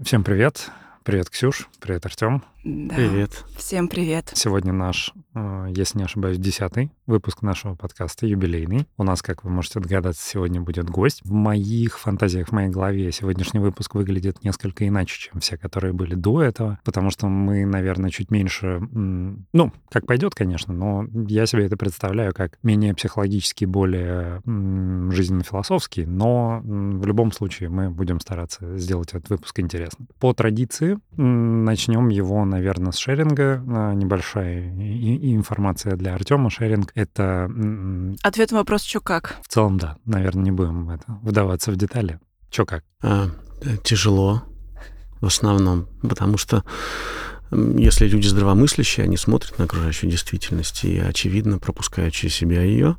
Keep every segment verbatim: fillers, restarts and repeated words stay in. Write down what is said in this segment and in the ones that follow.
Всем привет. Привет, Ксюш. Привет, Артём. Да. Привет. Всем привет. Сегодня наш, э, если не ошибаюсь, десятый выпуск нашего подкаста, юбилейный. У нас, как вы можете догадаться, сегодня будет гость. В моих фантазиях, в моей голове сегодняшний выпуск выглядит несколько иначе, чем все, которые были до этого, потому что мы, наверное, чуть меньше... м, Ну, как пойдет, конечно, но я себе это представляю как менее психологически, более м, жизненно-философский, но м, в любом случае мы будем стараться сделать этот выпуск интересным. По традиции м, начнем его, наверное, с шеринга. А, Небольшая и- и информация для Артема. Шеринг — это м, Ответ на вопрос «чё как?». в целом, да, наверное, не будем это, вдаваться в детали. Чё как? А, э, тяжело в основном, потому что м, если люди здравомыслящие, они смотрят на окружающую действительность и, очевидно, пропускают через себя ее.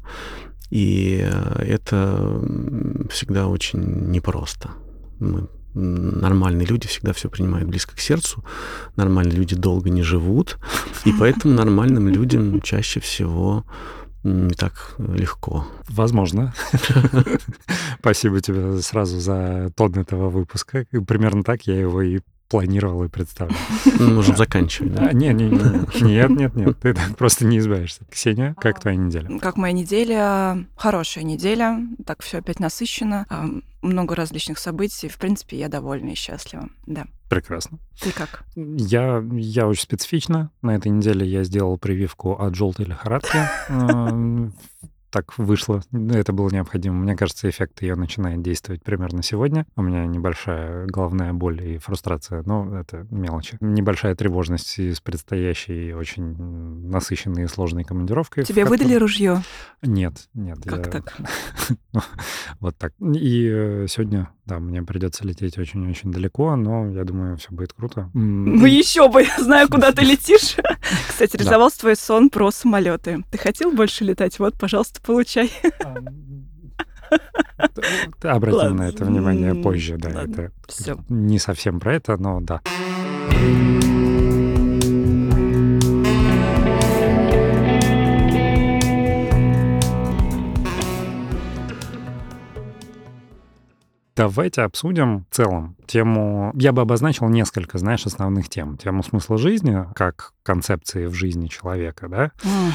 И э, это м, всегда очень непросто. Мы м, Нормальные люди всегда все принимают близко к сердцу, нормальные люди долго не живут, и поэтому нормальным людям чаще всего м, не так легко. Возможно. Спасибо тебе сразу за тон этого выпуска. И примерно так я его и планировал и представлял. Мы можем заканчивать, да? А, не, не, не, нет, нет, нет, ты так просто не избавишься. Ксения, как твоя неделя? Как моя неделя? Хорошая неделя. Так все опять насыщенно. А, Много различных событий. В принципе, я довольна и счастлива. Да. Прекрасно. Ты как? Я, я очень специфично. На этой неделе я сделал прививку от желтой лихорадки. Эм, Так вышло. Это было необходимо. Мне кажется, эффект ее начинает действовать примерно сегодня. У меня небольшая головная боль и фрустрация, но это мелочи. Небольшая тревожность из предстоящей очень насыщенной и сложной командировкой. в Тебе которой- выдали ружье? Нет, нет. Как я- так? Ну, Вот так. И э, сегодня, да, мне придется лететь очень-очень далеко, но я думаю, все будет круто. М, Ну еще бы, я знаю, куда ты летишь. Кстати, Да. рисовался твой сон про самолеты. Ты хотел больше летать? Вот, пожалуйста, получай. а, т- Обратим Ладно. на это внимание М, позже, да, ладно. это Всё. не совсем про это, но да. Давайте обсудим в целом тему... Я бы обозначил несколько, знаешь, основных тем. Тему смысла жизни, как концепции в жизни человека, да?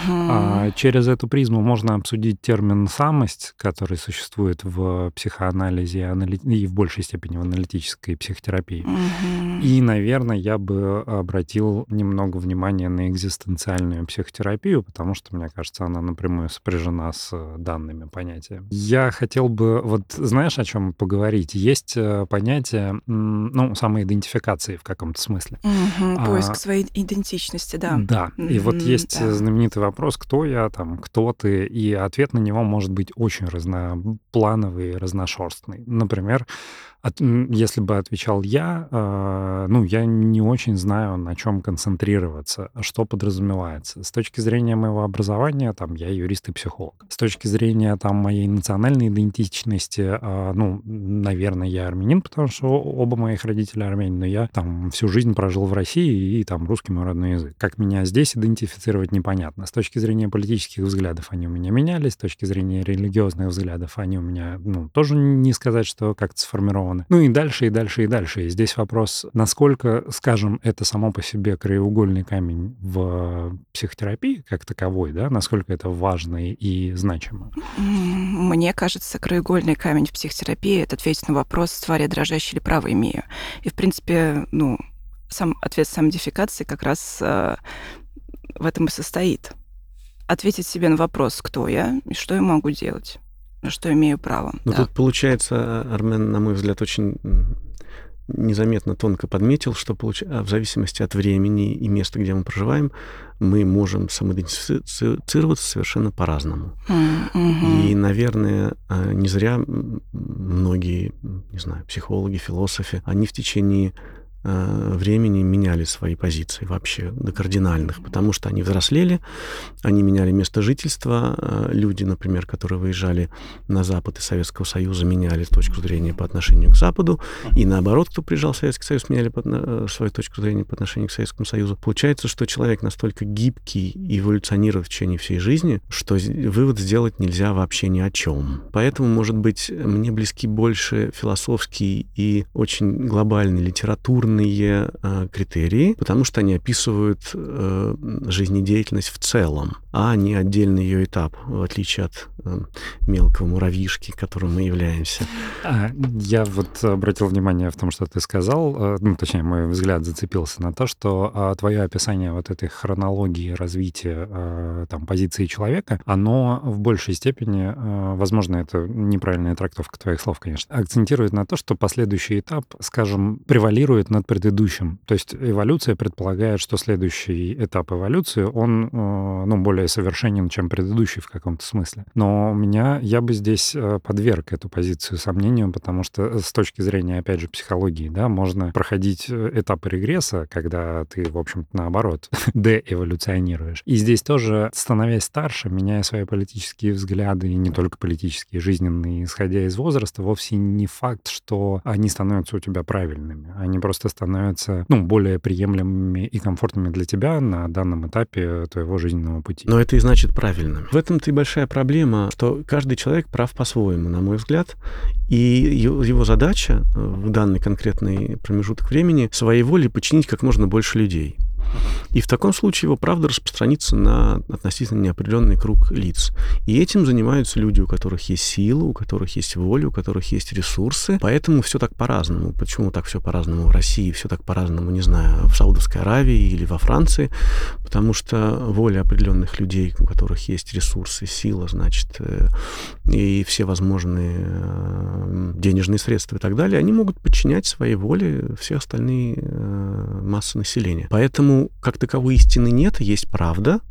А Мгм. через эту призму можно обсудить термин «самость», который существует в психоанализе и анали- и в большей степени в аналитической психотерапии. Мгм. И, наверное, я бы обратил немного внимания на экзистенциальную психотерапию, потому что, мне кажется, она напрямую сопряжена с э, данными понятиями. Я хотел бы, вот знаешь, о чем поговорить? Есть э, понятие, м, ну, самоидентификации в каком-то смысле. Мгм. А, Поиск своей идентичности, да. Да, и вот Мгм, есть да. знаменитый вопрос, кто я, там, кто ты, и ответ на него может быть очень разноплановый, разношерстный. Например, от- м, если бы отвечал я, э, ну, я не очень знаю, на чем концентрироваться, что подразумевается. С точки зрения моего образования, там, я юрист и психолог. С точки зрения, там, моей национальной идентичности, э, ну, наверное, я армянин, потому что о- оба моих родителя армяне, но я, там, всю жизнь прожил в России, и, там, русский мой родной язык. Как меня здесь идентифицировать, непонятно. С точки зрения политических взглядов они у меня менялись, с точки зрения религиозных взглядов они у меня, ну, тоже не сказать, что как-то сформированы. Ну и дальше, и дальше, и дальше. И здесь вопрос, насколько, скажем, это само по себе краеугольный камень в психотерапии как таковой, да, насколько это важно и значимо. М, Мне кажется, краеугольный камень в психотерапии — это ответить на вопрос, тварь я дрожащая или право имею. И, в принципе, ну, сам ответ самодификации как раз э, в этом и состоит. Ответить себе на вопрос, кто я и что я могу делать, на что имею право. Но Да. тут получается, Армен, на мой взгляд, очень м, незаметно тонко подметил, что получ- а, в зависимости от времени и места, где мы проживаем, мы можем самоидентифицироваться совершенно по-разному. М, мгм. И, наверное, а, не зря м, многие, м, не знаю, психологи, философы, они в течение времени меняли свои позиции вообще до кардинальных, потому что они взрослели, они меняли место жительства. Люди, например, которые выезжали на Запад из Советского Союза, меняли точку зрения по отношению к Западу, и наоборот, кто приезжал в Советский Союз, меняли свою точку зрения по отношению к Советскому Союзу. Получается, что человек настолько гибкий и эволюционирует в течение всей жизни, что вывод сделать нельзя вообще ни о чем. Поэтому, может быть, мне близки больше философские и очень глобальные литературные э, критерии, потому что они описывают э, жизнедеятельность в целом, а не отдельный ее этап, в отличие от э, мелкого муравьишки, которым мы являемся. Я вот обратил внимание в том, что ты сказал, э, ну, точнее, мой взгляд зацепился на то, что э, твое описание вот этой хронологии развития э, там, позиции человека, оно в большей степени, э, возможно, это неправильная трактовка твоих слов, конечно, акцентирует на то, что последующий этап, скажем, превалирует над предыдущим. То есть эволюция предполагает, что следующий этап эволюции, он, э, ну, более совершенен, чем предыдущий в каком-то смысле. Но у меня, я бы здесь э, подверг эту позицию сомнению, потому что с точки зрения, опять же, психологии, да, можно проходить этапы регресса, когда ты, в общем-то, наоборот, деэволюционируешь. И здесь тоже, становясь старше, меняя свои политические взгляды, и не только политические, жизненные, исходя из возраста, вовсе не факт, что они становятся у тебя правильными. Они просто становятся, ну, более приемлемыми и комфортными для тебя на данном этапе твоего жизненного пути. Но это и значит правильно. В этом-то и большая проблема, что каждый человек прав по-своему, на мой взгляд, и его задача в данный конкретный промежуток времени своей волей подчинить как можно больше людей. И в таком случае его правда распространится на относительно неопределенный круг лиц. И этим занимаются люди, у которых есть сила, у которых есть воля, у которых есть ресурсы. Поэтому все так по-разному. Почему так все по-разному в России, все так по-разному, не знаю, в Саудовской Аравии или во Франции? Потому что воля определенных людей, у которых есть ресурсы, сила, значит, и все возможные денежные средства и так далее, они могут подчинять своей воле все остальные массы населения. Поэтому как таковой истины нет, есть правда.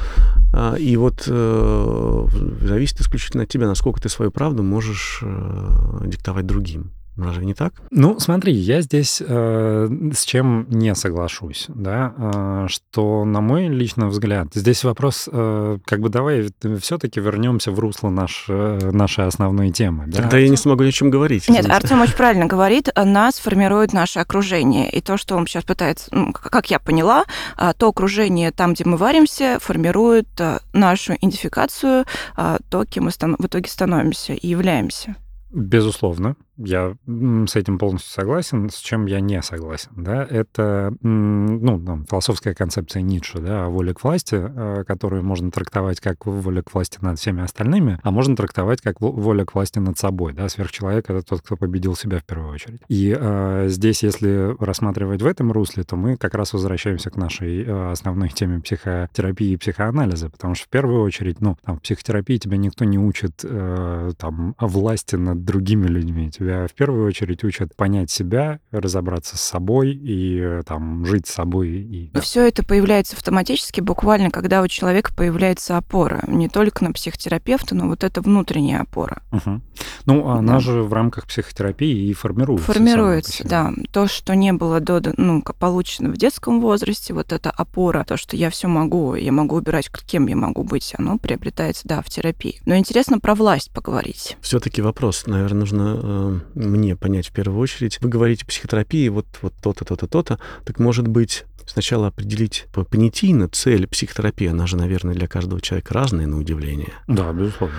И вот э, зависит исключительно от тебя, насколько ты свою правду можешь э, диктовать другим. Разве не так? Ну, смотри, я здесь э, с чем не соглашусь, да, э, что, на мой личный взгляд, здесь вопрос, э, как бы давай все-таки вернемся в русло наш, э, нашей основной темы. Да? Тогда я не смогу ни о чем говорить. Нет, Артем очень правильно говорит, нас формирует наше окружение. И то, что он сейчас пытается, ну, как я поняла, то окружение там, где мы варимся, формирует нашу идентификацию, то, кем мы в итоге становимся и являемся. Безусловно, я с этим полностью согласен. С чем я не согласен, да, это, ну, там, философская концепция Ницше, да, о воле к власти, которую можно трактовать как воля к власти над всеми остальными, а можно трактовать как воля к власти над собой, да, сверхчеловек — это тот, кто победил себя в первую очередь. И э, здесь, если рассматривать в этом русле, то мы как раз возвращаемся к нашей э, основной теме психотерапии и психоанализа, потому что в первую очередь, ну, там, в психотерапии тебя никто не учит э, там, о власти над другими людьми. Тебя в первую очередь учат понять себя, разобраться с собой и там жить с собой. И, да. Все это появляется автоматически, буквально, когда у человека появляется опора. Не только на психотерапевта, но вот это внутренняя опора. Угу. Ну, она да. же в рамках психотерапии и формируется. Формируется, да. То, что не было до, ну, получено в детском возрасте, вот эта опора, то, что я все могу, я могу выбирать, кем я могу быть, оно приобретается, да, в терапии. Но интересно про власть поговорить. Все-таки вопрос, наверное, нужно э, мне понять в первую очередь. Вы говорите о психотерапии, вот, вот то-то, то-то, то-то. Так, может быть, сначала определить понятийно цель психотерапии, она же, наверное, для каждого человека разная, на удивление. Да, безусловно.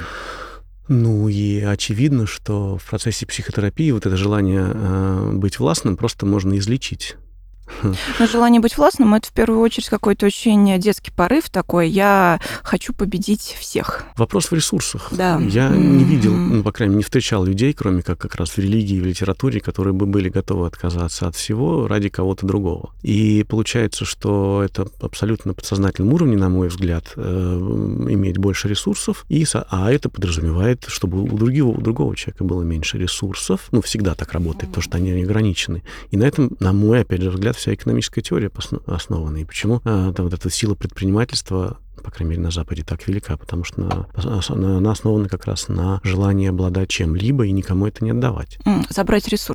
Ну и очевидно, что в процессе психотерапии вот это желание э, быть властным просто можно излечить. Но желание быть властным — это в первую очередь какой-то очень детский порыв такой. Я хочу победить всех. Вопрос в ресурсах. Да. Я mm-hmm. не видел, ну, по крайней мере, не встречал людей, кроме как как раз в религии и в литературе, которые бы были готовы отказаться от всего ради кого-то другого. И получается, что это абсолютно на подсознательном уровне, на мой взгляд, э, иметь больше ресурсов, и, а это подразумевает, чтобы у другого, у другого человека было меньше ресурсов. Ну, всегда так работает, потому что они ограничены. И на этом, на мой, опять же, взгляд, вся экономическая теория основана. И почему а, да, вот эта сила предпринимательства, по крайней мере, на Западе так велика, потому что она, она основана как раз на желании обладать чем-либо и никому это не отдавать. Забрать ресурс.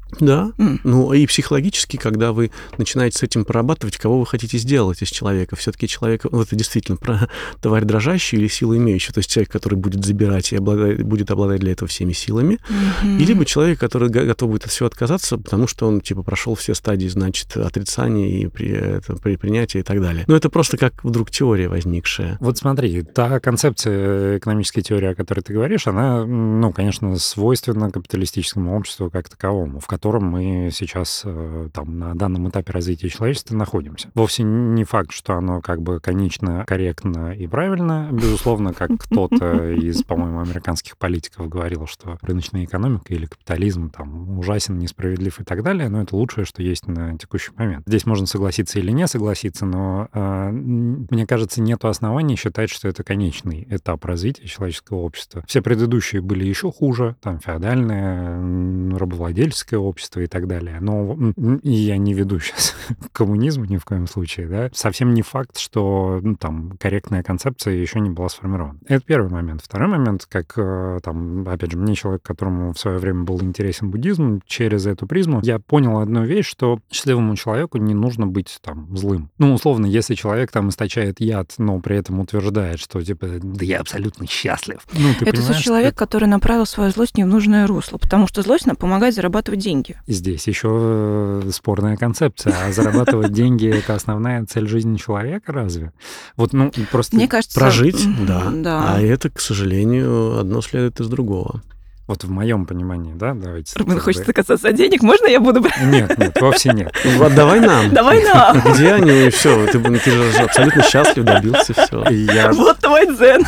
Да. М. Ну, и психологически, когда вы начинаете с этим прорабатывать, кого вы хотите сделать из человека. Все-таки человек, ну, это действительно про тварь дрожащую или силу имеющую, то есть человек, который будет забирать и обладает, будет обладать для этого всеми силами, Мгм. и либо человек, который го- готов будет от всего отказаться, потому что он, типа, прошел все стадии, значит, отрицания и при, это, при принятии и так далее. Но это просто как вдруг теория возникшая. Вот смотри, та концепция экономической теории, о которой ты говоришь, она, ну, конечно, свойственна капиталистическому обществу как таковому, в котором мы сейчас э, там на данном этапе развития человечества находимся. Вовсе не факт, что оно как бы конечно, корректно и правильно. Безусловно, как кто-то из, по-моему, американских политиков говорил, что рыночная экономика или капитализм там ужасен, несправедлив и так далее, но это лучшее, что есть на текущий момент. Здесь можно согласиться или не согласиться, но э, мне кажется, нет оснований считать, что это конечный этап развития человеческого общества. Все предыдущие были еще хуже, там феодальное, м, рабовладельческое общество и так далее. Но м, и я не веду сейчас к коммунизму ни в коем случае, да. Совсем не факт, что ну, там корректная концепция еще не была сформирована. Это первый момент. Второй момент, как э, там, опять же, мне человек, которому в свое время был интересен буддизм, через эту призму я понял одну вещь, что счастливому человеку не нужно быть там злым. Ну, условно, если человек там источает яд, но при этом утверждает, что типа, да я абсолютно счастлив. Ну, ты Это понимаешь, тот что человек, который направил свою злость не в нужное русло, потому что злость нам помогает зарабатывать деньги. здесь еще спорная концепция. А зарабатывать деньги — это основная цель жизни человека, разве? Вот, ну, просто... Мне кажется... Прожить, м, да. да. А это, к сожалению, одно следует из другого. Вот в моем понимании, да, давайте... Рубин как хочет бы- касаться денег, можно я буду... Нет, нет, вовсе нет. Ну, отдавай нам. Давай нам! Где они? И все, ты, ты же абсолютно счастлив, добился, все. Я, Вот твой дзен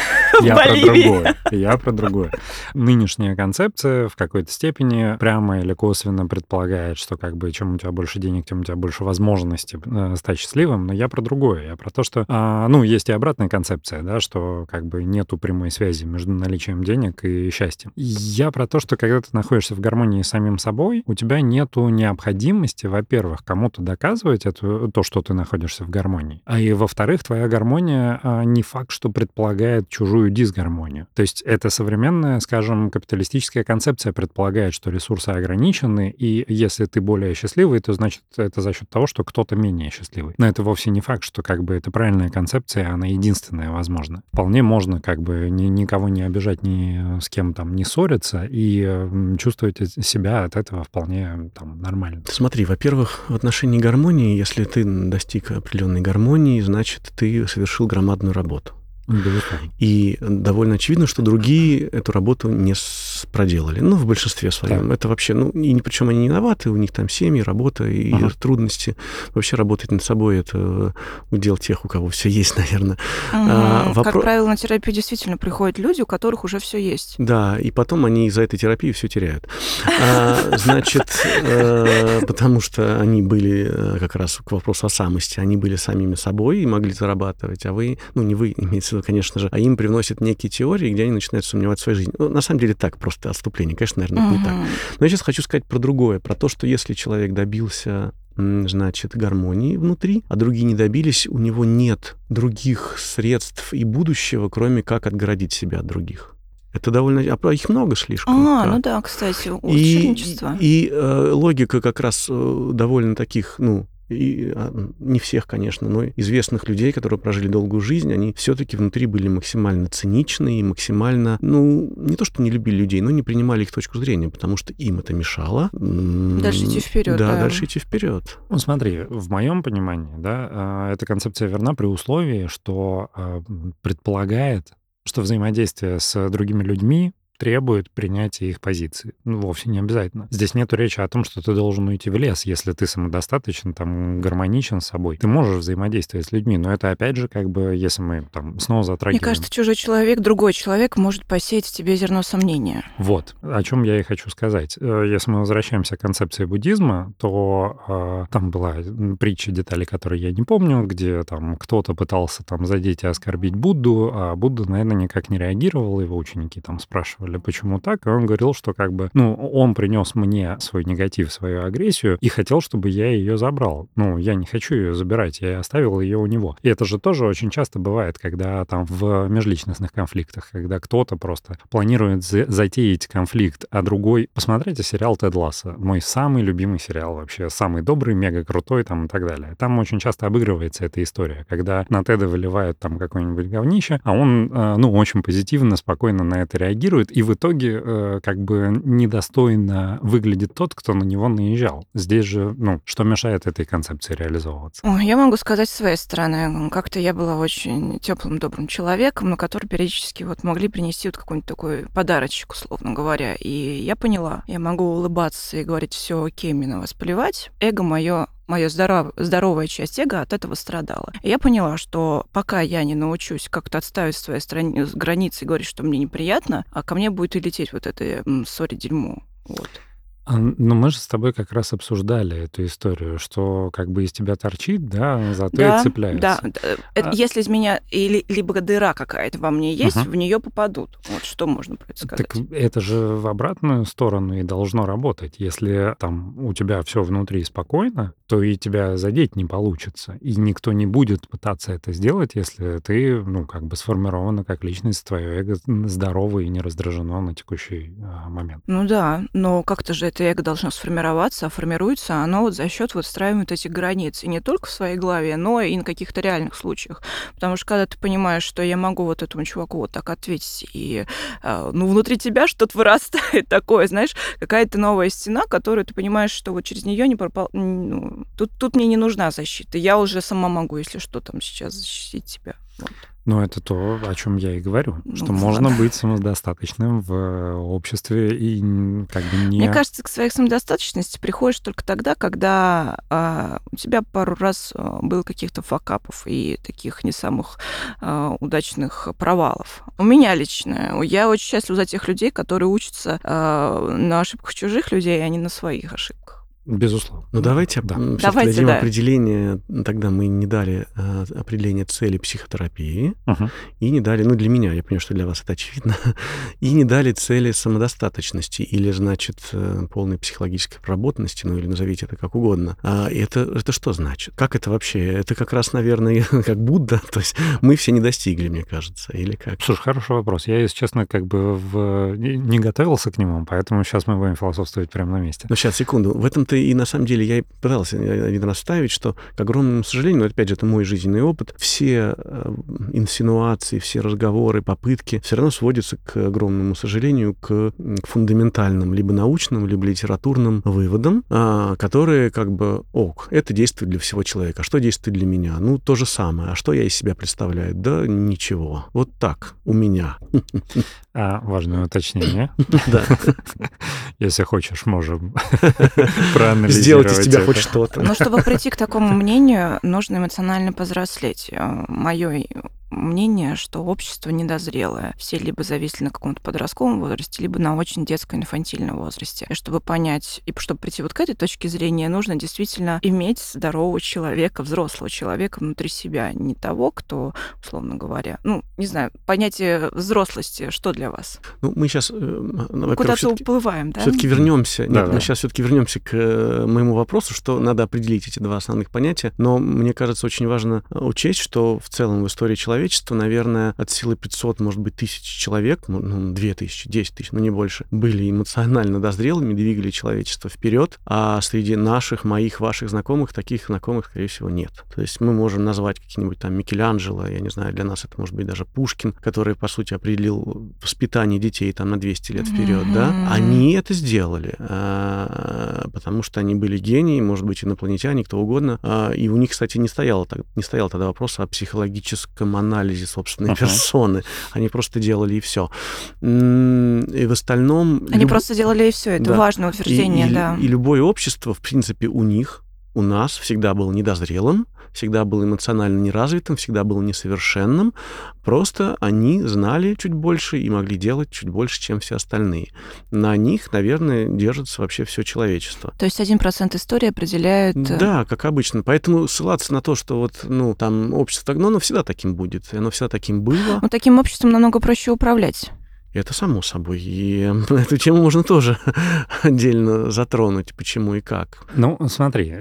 в я про Боливии. другое. Я про другое. Нынешняя концепция в какой-то степени прямо или косвенно предполагает, что как бы чем у тебя больше денег, тем у тебя больше возможностей э, стать счастливым. Но я про другое. Я про то, что, а, ну, есть и обратная концепция, да, что как бы нету прямой связи между наличием денег и счастьем. Я про то, что когда ты находишься в гармонии с самим собой, у тебя нету необходимости, во-первых, кому-то доказывать это, то, что ты находишься в гармонии. А и во-вторых, твоя гармония а, не факт, что предполагает чужую дисгармонию. То есть это современная, скажем, капиталистическая концепция предполагает, что ресурсы ограничены, и если ты более счастливый, то значит это за счет того, что кто-то менее счастливый. Но это вовсе не факт, что как бы это правильная концепция, она единственная возможна. Вполне можно как бы ни, никого не обижать, ни с кем там не ссориться и м, чувствовать себя от этого вполне там нормально. Смотри, во-первых, в отношении гармонии, если ты достиг определенной гармонии, значит, ты совершил громадную работу. Безусловно. И довольно очевидно, что другие эту работу не с- проделали. Ну, в большинстве своем. Да. Это вообще, ну, и ни- причем они не виноваты, у них там семьи, работа и Ага. трудности. Вообще работать над собой — это удел тех, у кого все есть, наверное. Мгм. А, Как вопро- правило, на терапию действительно приходят люди, у которых уже все есть. Да, и потом они из-за этой терапии все теряют. А, значит, э, потому что они были э, как раз к вопросу о самости, они были самими собой и могли зарабатывать, а вы, ну, не вы, имеется в виду, конечно же, а им привносят некие теории, где они начинают сомневаться в своей жизни. Ну, на самом деле так, просто отступление. Конечно, наверное, это не так. Мгм. Но я сейчас хочу сказать про другое, про то, что если человек добился, м, значит, гармонии внутри, а другие не добились, у него нет других средств и будущего, кроме как отгородить себя от других. Это довольно... А их много слишком. А, да. ну да, кстати, И, ученичество. и, э, логика как раз э, довольно таких, ну, и, а, не всех, конечно, но известных людей, которые прожили долгую жизнь, они все-таки внутри были максимально циничны и максимально, ну, не то, что не любили людей, но не принимали их точку зрения, потому что им это мешало. м, Дальше идти вперед, Да, да. дальше идти вперед. Ну, смотри, в моем понимании, да, а, эта концепция верна при условии, что а, м, предполагает, что взаимодействие с другими людьми требует принятия их позиции. Ну, вовсе не обязательно. Здесь нету речи о том, что ты должен уйти в лес, если ты самодостаточен, там, гармоничен с собой. Ты можешь взаимодействовать с людьми, но это, опять же, как бы, если мы там снова Мне затрагиваем... кажется, чужой человек, другой человек может посеять в тебе зерно сомнения. Вот, о чем я и хочу сказать. Э, Если мы возвращаемся к концепции буддизма, то э, там была м, притча, детали которые я не помню, где там кто-то пытался там задеть и оскорбить Будду, а Будда, наверное, никак не реагировал, его ученики там спрашивали, спрашивали, почему так, и он говорил, что как бы, ну, он принес мне свой негатив, свою агрессию и хотел, чтобы я ее забрал. Ну, я не хочу ее забирать, я оставил ее у него. И это же тоже очень часто бывает, когда там в межличностных конфликтах, когда кто-то просто планирует за- затеять конфликт, а другой... Посмотрите сериал «Тед Лассо», мой самый любимый сериал вообще, самый добрый, мега крутой там и так далее. Там очень часто обыгрывается эта история, когда на Теда выливают там какое-нибудь говнище, а он, э, ну, очень позитивно, спокойно на это реагирует, и в итоге э, как бы недостойно выглядит тот, кто на него наезжал. Здесь же, ну, что мешает этой концепции реализовываться? Ой, я могу сказать с своей стороны, как-то я была очень теплым, добрым человеком, на который периодически вот могли принести вот какой-нибудь такой подарочек, условно говоря. И я поняла, я могу улыбаться и говорить, все окей, мне на вас плевать. Эго мое моя здоров... здоровая часть эго от этого страдала. И я поняла, что пока я не научусь как-то отставить свои страни... границы и говорить, что мне неприятно, а ко мне будет и лететь вот это сори дерьмо. Вот. А, Но мы же с тобой как раз обсуждали эту историю, что как бы из тебя торчит, да, зато и Да, да. цепляются. да. Это А, если из меня или либо дыра какая-то во мне есть, мгм. в нее попадут. Вот что можно про это Так сказать. это же в обратную сторону и должно работать. Если там у тебя все внутри спокойно, то и тебя задеть не получится. И никто не будет пытаться это сделать, если ты, ну, как бы сформирована как личность, твое эго здорово и не раздражено на текущий а, момент. Ну да, но как-то же это эго должно сформироваться, а формируется оно вот за счет вот встраивания вот этих границ. И не только в своей голове, но и на каких-то реальных случаях. Потому что когда ты понимаешь, что я могу вот этому чуваку вот так ответить, и э, ну, внутри тебя что-то вырастает такое, знаешь, какая-то новая стена, которую ты понимаешь, что вот через нее не пропал... Ну, тут, тут мне не нужна защита. Я уже сама могу, если что, там сейчас защитить тебя. Вот. Но это то, о чем я и говорю, Ну, что ладно. можно быть самодостаточным в обществе и н- как бы не... Мне кажется, к своей самодостаточности приходишь только тогда, когда а, у тебя пару раз а, было каких-то факапов и таких не самых а, удачных провалов. У меня лично. Я очень счастлива за тех людей, которые учатся а, на ошибках чужих людей, а не на своих ошибках. Безусловно. Ну, давайте Да. м, всё-таки Давайте, дадим да. определение. Тогда мы не дали э, определение цели психотерапии, Мгм. и не дали, ну, для меня, я понимаю, что для вас это очевидно, и не дали цели самодостаточности или, значит, э, полной психологической проработанности, ну, или назовите это как угодно. А это, это что значит? Как это вообще? Это как раз, наверное, как Будда, то есть мы все не достигли, мне кажется, или как? Слушай, хороший вопрос. Я, если честно, как бы в... не не готовился к нему, поэтому сейчас мы будем философствовать прямо на месте. Ну, сейчас, секунду. В этом-то и на самом деле я и пытался один раз ставить, что, к огромному сожалению, но опять же, это мой жизненный опыт, все э, инсинуации, все разговоры, попытки все равно сводятся, к огромному сожалению, к, к фундаментальным, либо научным, либо литературным выводам, а, которые как бы, ок, это действует для всего человека. А что действует для меня? Ну, то же самое. А что я из себя представляю? Да ничего. Вот так, у меня. А, важное уточнение. Да. Если хочешь, можем проанализировать Сделать из тебя это. хоть что-то. Но чтобы прийти к такому мнению, нужно эмоционально повзрослеть. Мое мнение, что общество недозрелое. Все либо зависли на каком-то подростковом возрасте, либо на очень детско-инфантильном возрасте. И чтобы понять, и чтобы прийти вот к этой точке зрения, нужно действительно иметь здорового человека, взрослого человека внутри себя. Не того, кто, условно говоря, ну, не знаю, понятие взрослости, что для вас? Ну, мы сейчас, Куда-то уплываем, да? Все-таки вернемся. Да, Нет, да. мы сейчас все-таки вернемся к э, моему вопросу, что надо определить эти два основных понятия. Но мне кажется, очень важно учесть, что в целом в истории человечества, наверное, от силы пятьсот, может быть, тысяч человек, ну, две тысячи, десять тысяч, ну, не больше, были эмоционально дозрелыми, двигали человечество вперед, а среди наших, моих, ваших знакомых, таких знакомых, скорее всего, нет. То есть мы можем назвать какие-нибудь там Микеланджело, я не знаю, для нас это может быть даже Пушкин, который, по сути, определил воспитание детей там на двести лет вперед, Мгм. да? Они это сделали, а, потому что они были гении, может быть, инопланетяне, кто угодно, а, и у них, кстати, не стояло, так- не стоял тогда вопрос о психологическом анализе собственной Ага. персоны. Они просто делали и все. И в остальном... Они люб- просто делали и все. Это Да. важное и, утверждение, и- да. и любое общество, в принципе, у них, у нас всегда было недозрелым, всегда был эмоционально неразвитым, всегда был несовершенным. Просто они знали чуть больше и могли делать чуть больше, чем все остальные. На них, наверное, держится вообще все человечество. То есть один процент истории определяет... э, Да, как обычно. Поэтому ссылаться на то, что вот, ну, там общество, так, ну, оно всегда таким будет, и оно всегда таким было. Ну, таким обществом намного проще управлять, Это само собой. И эту тему можно тоже отдельно затронуть, почему и как. Ну, смотри,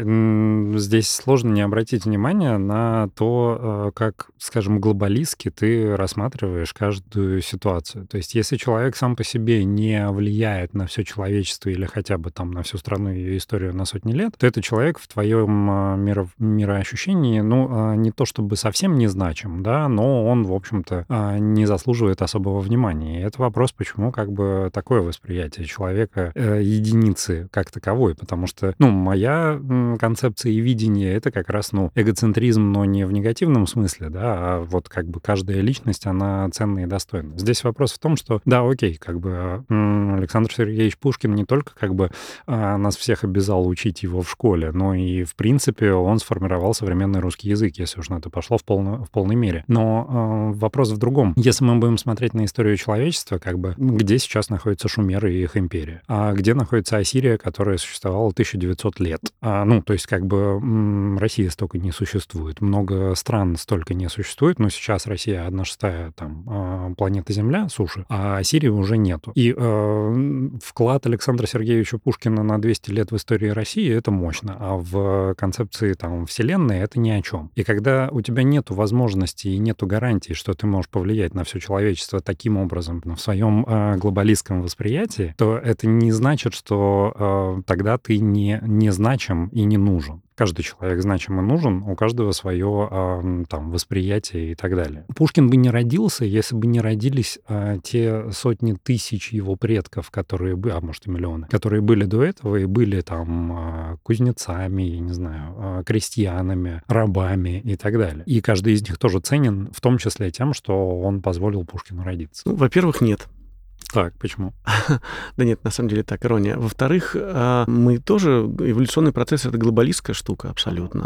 здесь сложно не обратить внимание на то, как, скажем, глобалистски ты рассматриваешь каждую ситуацию. То есть если человек сам по себе не влияет на все человечество или хотя бы там на всю страну и ее историю на сотни лет, то этот человек в твоем миро- мироощущении, ну, не то чтобы совсем незначим, да, но он, в общем-то, не заслуживает особого внимания. И это вопрос, почему как бы такое восприятие человека, э, единицы как таковой, потому что, ну, моя м, концепция и видение — это как раз, ну, эгоцентризм, но не в негативном смысле, да, а вот как бы каждая личность, она ценна и достойна. Здесь вопрос в том, что, да, окей, как бы м, Александр Сергеевич Пушкин не только как бы а, нас всех обязал учить его в школе, но и, в принципе, он сформировал современный русский язык, если уж на это пошло в, полно, в полной мере. Но э, вопрос в другом. Если мы будем смотреть на историю человечества, как бы где сейчас находятся шумеры и их империя, а где находится Ассирия, которая существовала тысяча девятьсот лет. А, ну, то есть как бы м, Россия столько не существует, много стран столько не существует, но сейчас Россия одна шестая там э, планеты Земля, суши, а Ассирии уже нету. И э, вклад Александра Сергеевича Пушкина на двести лет в истории России — это мощно, а в концепции там Вселенной это ни о чем. И когда у тебя нету возможности и нету гарантии, что ты можешь повлиять на все человечество таким образом, ну, в своем э, глобалистском восприятии, то это не значит, что э, тогда ты не, не значим и не нужен. Каждый человек значим и нужен, у каждого свое э, там, восприятие и так далее. Пушкин бы не родился, если бы не родились э, те сотни тысяч его предков, которые были, а может и миллионы, которые были до этого и были там э, кузнецами, я не знаю, э, крестьянами, рабами и так далее. И каждый из них тоже ценен, в том числе тем, что он позволил Пушкину родиться. Ну, во-первых, нет. Так, почему? Да нет, на самом деле так, ирония. Во-вторых, мы тоже... Эволюционный процесс — это глобалистская штука абсолютно.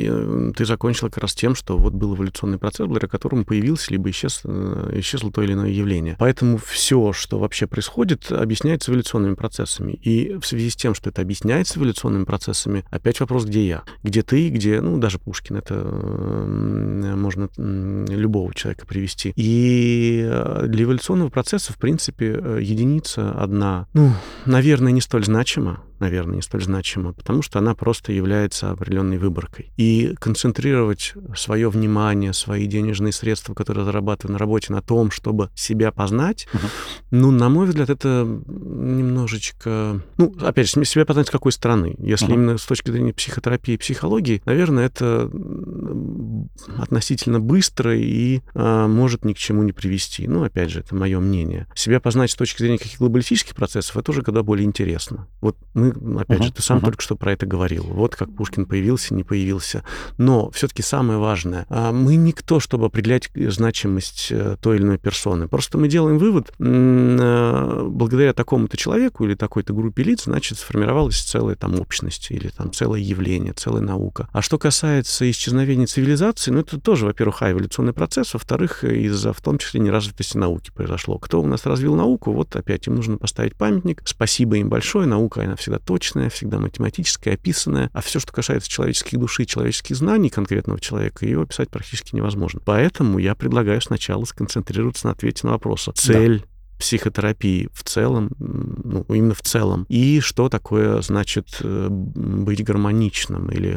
И ты закончила как раз тем, что вот был эволюционный процесс, благодаря которому появился либо исчез, исчезло то или иное явление. Поэтому все, что вообще происходит, объясняется эволюционными процессами. И в связи с тем, что это объясняется эволюционными процессами, опять вопрос, где я? Где ты, где... Ну, даже Пушкин. Это можно любого человека привести. И для эволюционного процесса, в принципе, единица одна, ну, наверное, не столь значима, наверное, не столь значима, потому что она просто является определенной выборкой. И концентрировать свое внимание, свои денежные средства, которые зарабатываю на работе, на том, чтобы себя познать, uh-huh. ну, на мой взгляд, это немножечко... Ну, опять же, себя познать с какой стороны? Если uh-huh. именно с точки зрения психотерапии и психологии, наверное, это относительно быстро и а, может ни к чему не привести. Ну, опять же, это мое мнение. Себя познать с точки зрения каких-то глобалистических процессов, это уже куда более интересно. Вот мы, опять uh-huh, же, ты сам uh-huh. только что про это говорил. Вот как Пушкин появился, не появился. Но все-таки самое важное, мы никто, чтобы определять значимость той или иной персоны. Просто мы делаем вывод, благодаря такому-то человеку или такой-то группе лиц, значит, сформировалась целая там общность или там целое явление, целая наука. А что касается исчезновения цивилизации, ну, это тоже, во-первых, а, эволюционный процесс, во-вторых, из-за, в том числе, неразвитости науки произошло. Кто у нас развил науку, вот опять им нужно поставить памятник. Спасибо им большое. Наука, она всегда точная, всегда математическая, описанная. А все, что касается человеческих души, человеческих знаний конкретного человека, ее описать практически невозможно. Поэтому я предлагаю сначала сконцентрироваться на ответе на вопрос. Цель да. психотерапии в целом, ну, именно в целом, и что такое значит быть гармоничным или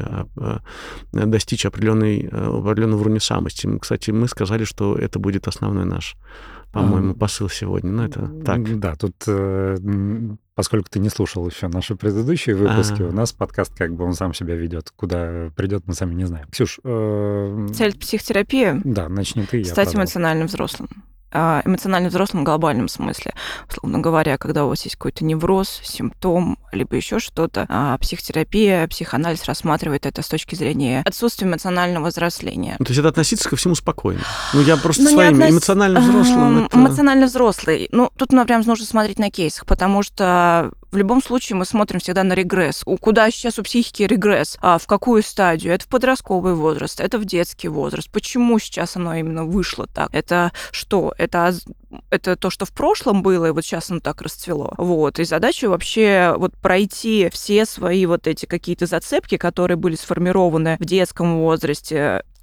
достичь определенной, определенного уровня самости. Кстати, мы сказали, что это будет основной наш, по-моему, посыл сегодня. Ну, это так. Да, тут, поскольку ты не слушал еще наши предыдущие выпуски, А-а-а. у нас подкаст, как бы, он сам себя ведет. Куда придет, мы сами не знаем. Ксюш... Э... Цель психотерапии? Да, начни ты, я Стать продолжу. эмоциональным взрослым. Эмоционально взрослым в глобальном смысле. Условно говоря, когда у вас есть какой-то невроз, симптом, либо еще что-то, а психотерапия, психоанализ рассматривает это с точки зрения отсутствия эмоционального взросления. Ну, то есть это относиться ко всему спокойно. Ну, я просто Но своим относ... эмоционально взрослым... Это... Эмоционально взрослый. Ну, тут нам прям нужно смотреть на кейсах, потому что в любом случае мы смотрим всегда на регресс. Куда сейчас у психики регресс? А в какую стадию? Это в подростковый возраст, это в детский возраст. Почему сейчас оно именно вышло так? Это что? Это, это то, что в прошлом было, и вот сейчас оно так расцвело. Вот. И задача вообще вот пройти все свои вот эти какие-то зацепки, которые были сформированы в детском возрасте,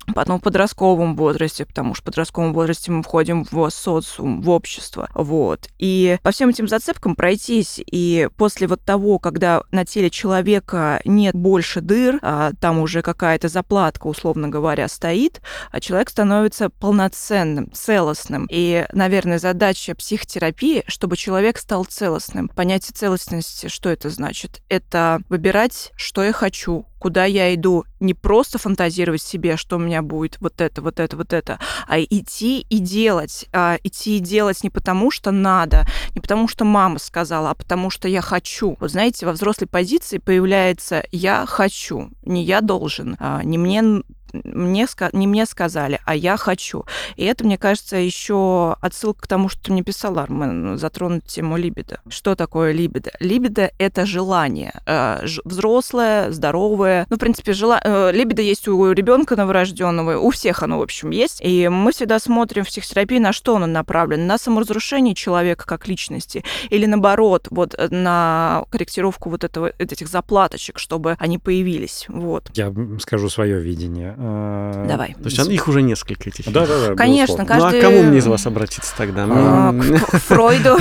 потом в подростковом возрасте, потому что в подростковом возрасте мы входим в социум, в общество, вот. И по всем этим зацепкам пройтись, и после вот того, когда на теле человека нет больше дыр, а там уже какая-то заплатка, условно говоря, стоит, а человек становится полноценным, целостным. И, наверное, задача психотерапии, чтобы человек стал целостным. Понятие целостности, что это значит? Это выбирать, что я хочу, куда я иду, не просто фантазировать себе, что у меня будет вот это, вот это, вот это, а идти и делать. А идти и делать не потому, что надо, не потому, что мама сказала, а потому, что я хочу. Вот знаете, во взрослой позиции появляется «я хочу», не «я должен», а не мне мне, не мне сказали, а я хочу. И это, мне кажется, еще отсылка к тому, что ты мне писал, Армен, затронуть тему либидо. Что такое либидо? Либидо — это желание. Взрослое, здоровое. Ну, в принципе, жела... либидо есть у ребенка новорожденного, у всех оно, в общем, есть. И мы всегда смотрим в психотерапии, на что оно направлено. На саморазрушение человека как личности или, наоборот, вот на корректировку вот этого, этих заплаточек, чтобы они появились. Вот. Я скажу свое видение. Давай. То есть их уже несколько этих. Да, да, да. Конечно, каждый... Ну, а к кому мне из вас обратиться тогда? А, к Фройду.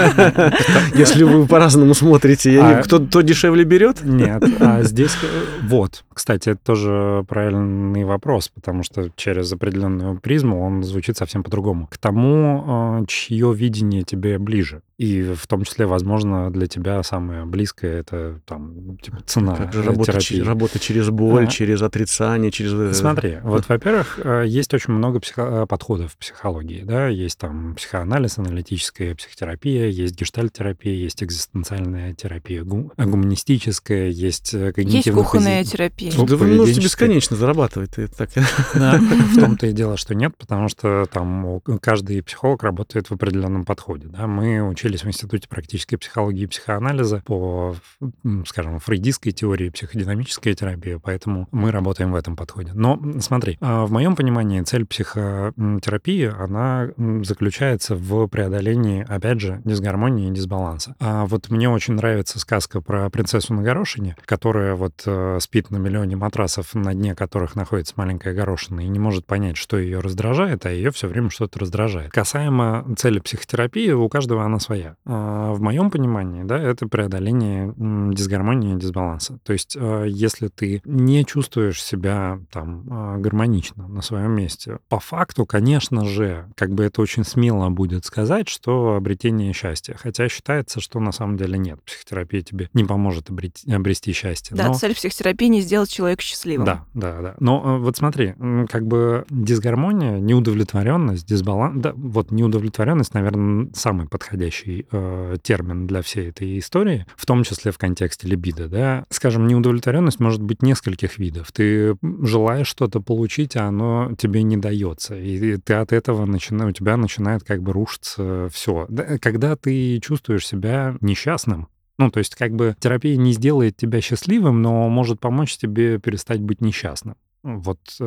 Если вы по-разному смотрите, кто дешевле берет? Нет. А здесь вот, кстати, это тоже правильный вопрос, потому что через определенную призму он звучит совсем по-другому. К тому, чье видение тебе ближе. И в том числе, возможно, для тебя самое близкое — это там, типа, цена как же работа, терапии. Работа через боль, а? через отрицание, через... Смотри, вот, во-первых, есть очень много психо- подходов в психологии, да, есть там психоанализ, аналитическая психотерапия, есть гештальт-терапия, есть экзистенциальная терапия, гум- гуманистическая, есть когнитивная... Есть кухонная пози... терапия. Да вы можете бесконечно зарабатывать. Так. Да, в том-то и дело, что нет, потому что там каждый психолог работает в определенном подходе, да, мы учились в Институте практической психологии и психоанализа по, скажем, фрейдистской теории, психодинамической терапии, поэтому мы работаем в этом подходе. Но смотри, в моем понимании цель психотерапии, она заключается в преодолении, опять же, дисгармонии и дисбаланса. А вот мне очень нравится сказка про принцессу на горошине, которая вот спит на миллионе матрасов, на дне которых находится маленькая горошина, и не может понять, что ее раздражает, а ее все время что-то раздражает. Касаемо цели психотерапии, у каждого она своя. В моем понимании, да, это преодоление дисгармонии и дисбаланса. То есть, если ты не чувствуешь себя там гармонично на своем месте, по факту, конечно же, как бы это очень смело будет сказать, что обретение счастья. Хотя считается, что на самом деле нет. Психотерапия тебе не поможет обрести, обрести счастье. Да, Но... цель психотерапии — не сделать человека счастливым. Да, да, да. Но вот смотри, как бы дисгармония, неудовлетворенность, дисбаланс, да, вот неудовлетворенность, наверное, самый подходящий э, термин для всей этой истории, в том числе в контексте либидо, да. Скажем, неудовлетворенность может быть нескольких видов. Ты желаешь что-то получить, а оно тебе не дается, и ты от этого начинаешь, у тебя начинает как бы рушиться все. Когда ты чувствуешь себя несчастным, ну, то есть как бы терапия не сделает тебя счастливым, но может помочь тебе перестать быть несчастным. Вот э,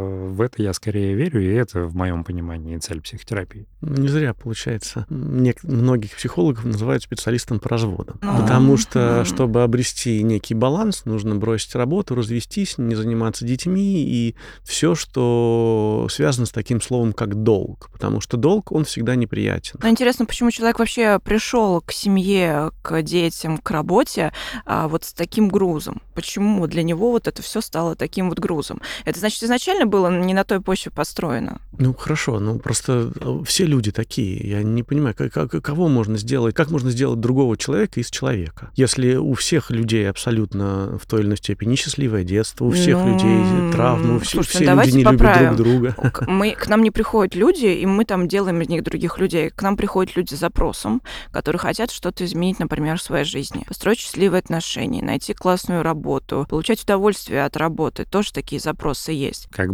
в это я скорее верю, и это, в моем понимании, цель психотерапии. Не зря, получается. Мне, многих психологов называют специалистом по разводам. Mm-hmm. Потому что, чтобы обрести некий баланс, нужно бросить работу, развестись, не заниматься детьми и все, что связано с таким словом, как долг. Потому что долг, он всегда неприятен. Но интересно, почему человек вообще пришел к семье, к детям, к работе а, вот с таким грузом? Почему для него вот это все стало таким вот грузом? Это значит, изначально было не на той почве построено? Ну, хорошо, ну просто все люди такие. Я не понимаю, как, как, кого можно сделать, как можно сделать другого человека из человека? Если у всех людей абсолютно в той или иной степени несчастливое детство, у всех ну, людей травмы, у всех, все люди не поправим. любят друг друга. Мы, к нам не приходят люди, и мы там делаем из них других людей. К нам приходят люди с запросом, которые хотят что-то изменить, например, в своей жизни. Построить счастливые отношения, найти классную работу, получать удовольствие от работы. Тоже такие запросы. Вопросы есть. Как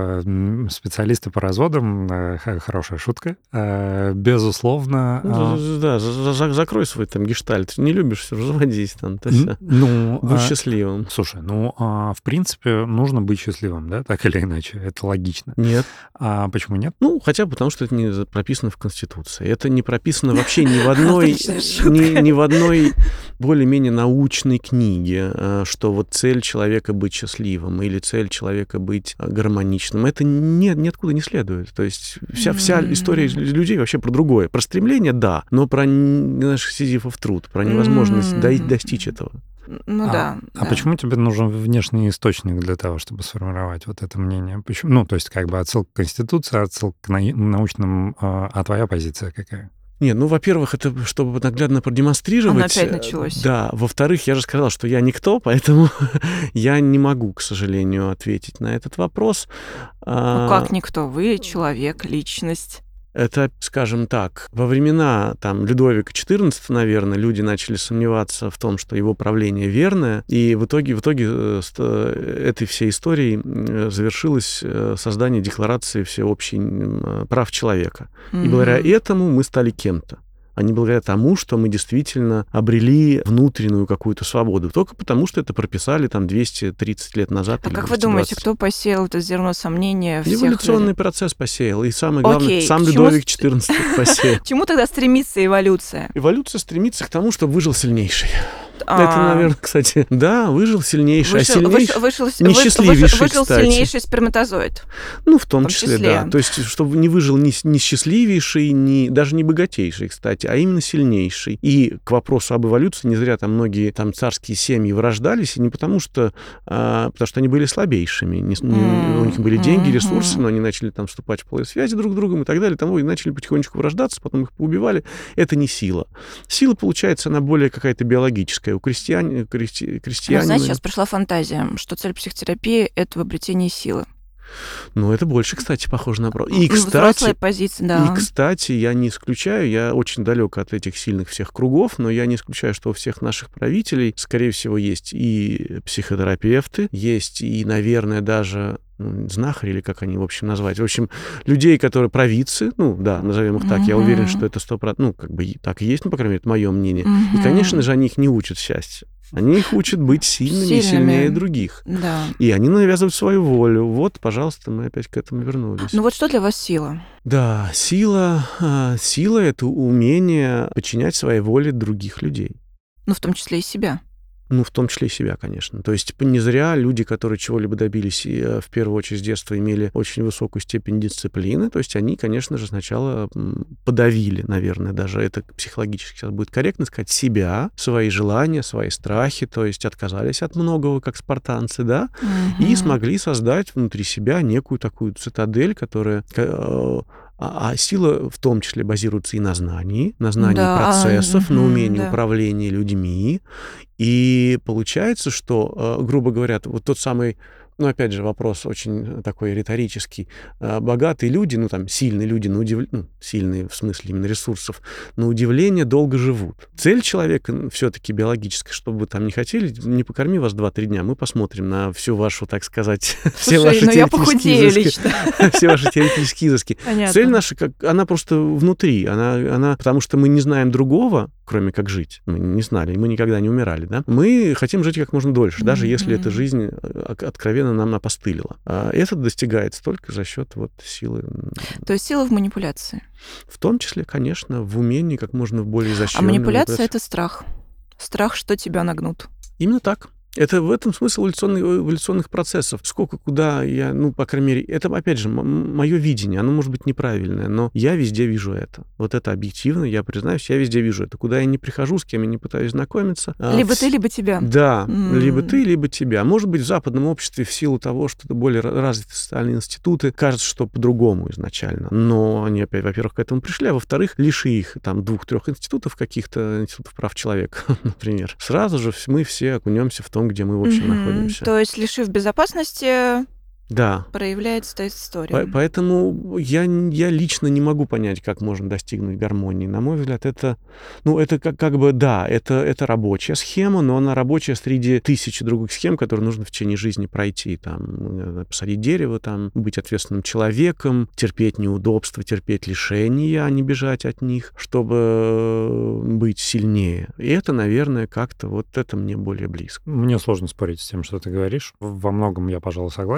бы специалисты по разводам, хорошая шутка, безусловно... Ну, да, закрой свой там гештальт. Не любишь, разводись там. Ну, будь счастливым. Слушай, ну, в принципе, нужно быть счастливым, да, так или иначе. Это логично. Нет. А почему нет? Ну, хотя бы потому, что это не прописано в Конституции. Это не прописано вообще ни в одной, ни, ни в одной более-менее научной книге, что вот цель человека быть счастливым или цель человека человека быть гармоничным. Это ни, ниоткуда не следует. То есть вся, вся mm-hmm. история людей вообще про другое. Про стремление, да, но про наш сизифов труд, про невозможность mm-hmm. достичь этого. Ну а, да. А да. почему тебе нужен внешний источник для того, чтобы сформировать вот это мнение? Почему? Ну, то есть как бы отсылка к Конституции, отсылка к научным... А твоя позиция какая? Нет, ну, во-первых, это чтобы наглядно продемонстрировать. Оно опять началось. Да. Во-вторых, я же сказал, что я никто, поэтому я не могу, к сожалению, ответить на этот вопрос. Ну, как никто? Вы человек, личность. Это, скажем так, во времена там, Людовика четырнадцатого, наверное, люди начали сомневаться в том, что его правление верное, и в итоге, в итоге этой всей истории завершилось создание Декларации всеобщей прав человека. Mm-hmm. И благодаря этому мы стали кем-то, а не благодаря тому, что мы действительно обрели внутреннюю какую-то свободу. Только потому, что это прописали там двести тридцать лет назад. А как вы думаете, кто посеял это зерно сомнения всех Эволюционный людей? Процесс посеял. И самое главное, Окей. сам Почему... Людовик четырнадцатый посеял. К чему тогда стремится эволюция? Эволюция стремится к тому, чтобы выжил сильнейший. А... Это, наверное, кстати, да, выжил сильнейший, вышел, а сильнейший, вышел, несчастливейший, выжил кстати. сильнейший сперматозоид. Ну, в том, в том числе, числе, да. То есть, чтобы не выжил ни, ни счастливейший, ни, даже не богатейший, кстати, а именно сильнейший. И к вопросу об эволюции не зря там многие там царские семьи вырождались, и не потому что, а, потому что они были слабейшими. Не, не, mm-hmm. У них были деньги, ресурсы, но они начали там вступать в половые связи друг с другом и так далее, тому, и начали потихонечку вырождаться, потом их поубивали. Это не сила. Сила, получается, она более какая-то биологическая. У крестьян, крести, крестьянина... Знаете, сейчас пришла фантазия, что цель психотерапии — это в обретении силы. Ну, это больше, кстати, похоже на... И, кстати, взрослая позиция, да. И, кстати, я не исключаю, я очень далек от этих сильных всех кругов, но я не исключаю, что у всех наших правителей, скорее всего, есть и психотерапевты, есть и, наверное, даже знахари, или как они, в общем, назвать. В общем, людей, которые провидцы, ну, да, назовем их так, mm-hmm. я уверен, что это сто процентов, ну, как бы так и есть, ну, по крайней мере, это мое мнение. Mm-hmm. И, конечно же, они их не учат счастью. Они их учат быть сильными, сильными и сильнее других. Да. И они навязывают свою волю. Вот, пожалуйста, мы опять к этому вернулись. Ну вот что для вас сила? Да, сила, сила — это умение подчинять своей воле других людей. Ну, в том числе и себя. Ну, в том числе и себя, конечно. То есть не зря люди, которые чего-либо добились, и в первую очередь с детства имели очень высокую степень дисциплины, то есть они, конечно же, сначала подавили, наверное, даже это психологически сейчас будет корректно сказать, себя, свои желания, свои страхи, то есть отказались от многого, как спартанцы, да, угу. и смогли создать внутри себя некую такую цитадель, которая... А сила в том числе базируется и на знании, на знании да, процессов, а, на умении да. управления людьми. И получается, что, грубо говоря, вот тот самый, ну, опять же, вопрос очень такой риторический. Богатые люди, ну, там, сильные люди, на удив... ну, сильные в смысле именно ресурсов, на удивление долго живут. Цель человека все-таки биологическая, чтобы вы там не хотели, не покорми вас два-три дня, мы посмотрим на всю вашу, так сказать, все ваши теоретические изыски. Все ваши теоретические изыски. Цель наша, как, она просто внутри, она, она, потому что мы не знаем другого, кроме как жить. Мы не знали, мы никогда не умирали, да? Мы хотим жить как можно дольше, даже mm-hmm. если эта жизнь откровенно нам опостылила. А это достигается только за счет вот силы. То есть сила в манипуляции? В том числе, конечно, в умении как можно более изощренно. А манипуляция — это страх. Страх, что тебя нагнут. Именно так. Это в этом смысл эволюционных процессов. Сколько, куда я, ну, по крайней мере, это, опять же, мое видение, оно может быть неправильное, но я везде вижу это. Вот это объективно, я признаюсь, я везде вижу это. Куда я не прихожу, с кем я не пытаюсь знакомиться. Либо а, ты, либо тебя. Да, mm. либо ты, либо тебя. Может быть, в западном обществе в силу того, что это более развитые социальные институты, кажется, что по-другому изначально. Но они опять, во-первых, к этому пришли, а во-вторых, лиши их там двух-трех институтов, каких-то институтов прав человека, например. Сразу же мы все окунемся в том, где мы, в общем, mm-hmm. находимся. То есть, лишив безопасности, да. проявляется эта история. По- поэтому я, я лично не могу понять, как можно достигнуть гармонии. На мой взгляд, это, ну, это как, как бы, да, это, это рабочая схема, но она рабочая среди тысячи других схем, которые нужно в течение жизни пройти. Там, посадить дерево, там, быть ответственным человеком, терпеть неудобства, терпеть лишения, а не бежать от них, чтобы быть сильнее. И это, наверное, как-то вот это мне более близко. Мне сложно спорить с тем, что ты говоришь. Во многом я, пожалуй, согласен.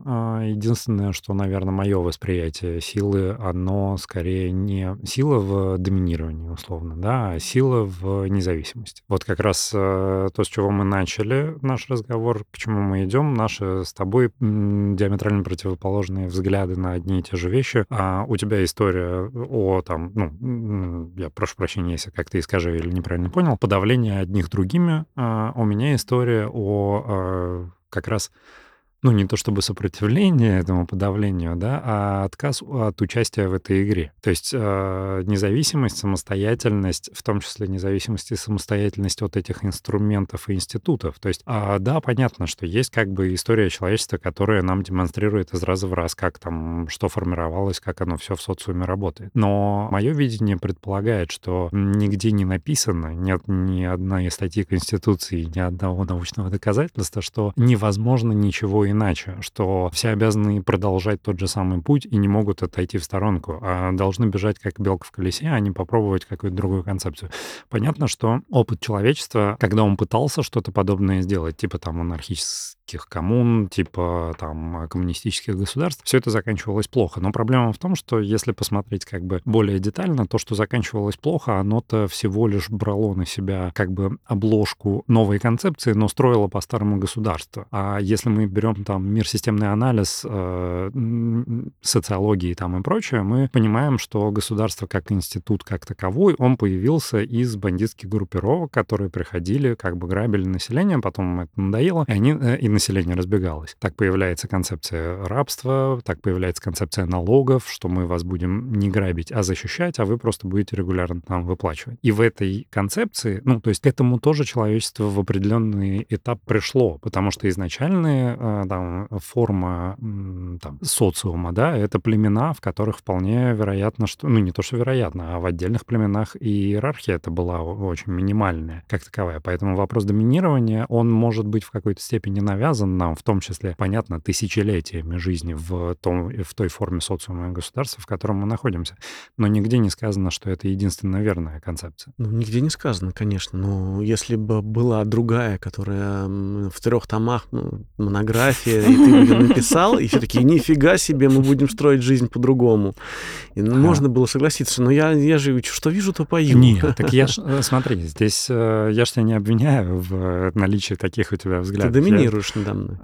А, Единственное, что, наверное, мое восприятие силы, оно скорее не сила в доминировании, условно, да, а сила в независимости. Вот как раз э, то, с чего мы начали наш разговор, к чему мы идем, наши с тобой м, диаметрально противоположные взгляды на одни и те же вещи. А у тебя история о там, ну, м, я прошу прощения, если как-то искажаю или неправильно понял, подавление одних другими. А у меня история о э, как раз ну, не то чтобы сопротивление этому подавлению, да, а отказ от участия в этой игре. То есть э, независимость, самостоятельность, в том числе независимость и самостоятельность от этих инструментов и институтов. То есть, а, да, понятно, что есть как бы история человечества, которая нам демонстрирует из раза в раз, как там, что формировалось, как оно все в социуме работает. Но мое видение предполагает, что нигде не написано, нет ни одной статьи Конституции, ни одного научного доказательства, что невозможно ничего иначе, что все обязаны продолжать тот же самый путь и не могут отойти в сторонку, а должны бежать как белка в колесе, а не попробовать какую-то другую концепцию. Понятно, что опыт человечества, когда он пытался что-то подобное сделать, типа там анархических коммун, типа там коммунистических государств, все это заканчивалось плохо. Но проблема в том, что если посмотреть как бы более детально, то, что заканчивалось плохо, оно-то всего лишь брало на себя как бы обложку новой концепции, но строило по-старому государство. А если мы берем там мир, системный анализ, э, социологии там и прочее, мы понимаем, что государство как институт, как таковой, он появился из бандитских группировок, которые приходили, как бы грабили население, потом это надоело, и, они, э, и население разбегалось. Так появляется концепция рабства, так появляется концепция налогов, что мы вас будем не грабить, а защищать, а вы просто будете регулярно там выплачивать. И в этой концепции, ну, то есть к этому тоже человечество в определенный этап пришло, потому что изначальные э, там, форма там, социума, да, это племена, в которых вполне вероятно, что, ну, не то, что вероятно, а в отдельных племенах и иерархия это была очень минимальная, как таковая. Поэтому вопрос доминирования, он может быть в какой-то степени навязан нам, в том числе, понятно, тысячелетиями жизни в, том, в той форме социума и государства, в котором мы находимся. Но нигде не сказано, что это единственно верная концепция. Ну, нигде не сказано, конечно. Но если бы была другая, которая в трех томах, ну, монография, и ты ее написал, и все такие, нифига себе, мы будем строить жизнь по-другому. И, ну, можно было согласиться, но я, я же что вижу, то пою. Нет, так я ж, смотри, здесь я ж тебя не обвиняю в наличии таких у тебя взглядов. Ты доминируешь надо мной.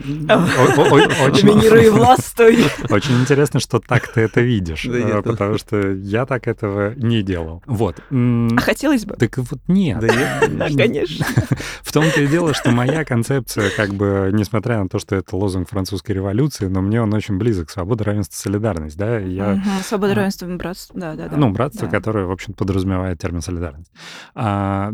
Доминируй и властвуй. Очень интересно, что так ты это видишь, потому что я так этого не делал. Вот. А хотелось бы? Так вот нет. Конечно. В том-то и дело, что моя концепция, как бы, несмотря на то, что это лозунг французской революции, но мне он очень близок. Свобода, равенство, солидарность, да? Я... Угу. Свобода, равенство, братство, да, да, да. Ну, братство, да. которое, в общем, подразумевает термин солидарность. А,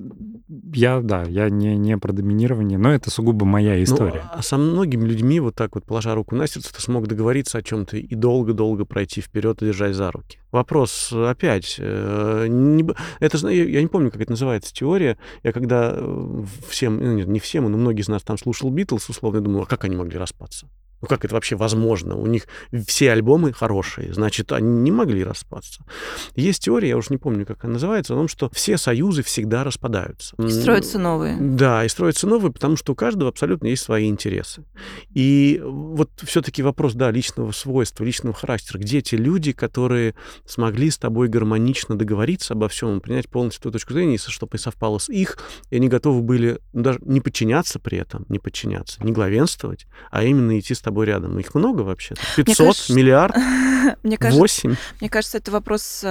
я, да, я не, не про доминирование, но это сугубо моя история. Ну, а со многими людьми, вот так вот, положа руку на сердце, ты смог договориться о чем-то и долго-долго пройти вперед и держать за руки. Вопрос опять, не, это, я не помню, как это называется, теория. Я когда всем, нет, не всем, но многие из нас там слушал Битлз, условно, я думал, а как они могли распаться? Ну, как это вообще возможно? У них все альбомы хорошие, значит, они не могли распасться. Есть теория, я уж не помню, как она называется, о том, что все союзы всегда распадаются. И строятся новые. Да, и строятся новые, потому что у каждого абсолютно есть свои интересы. И вот все-таки вопрос, да, личного свойства, личного характера. Где те люди, которые смогли с тобой гармонично договориться обо всем, принять полностью твою точку зрения, чтобы совпало с их, и они готовы были даже не подчиняться при этом, не подчиняться, не главенствовать, а именно идти с тобой рядом. Их много вообще? пятьсот, кажется, миллиард, мне кажется, восемь? Мне кажется, это вопрос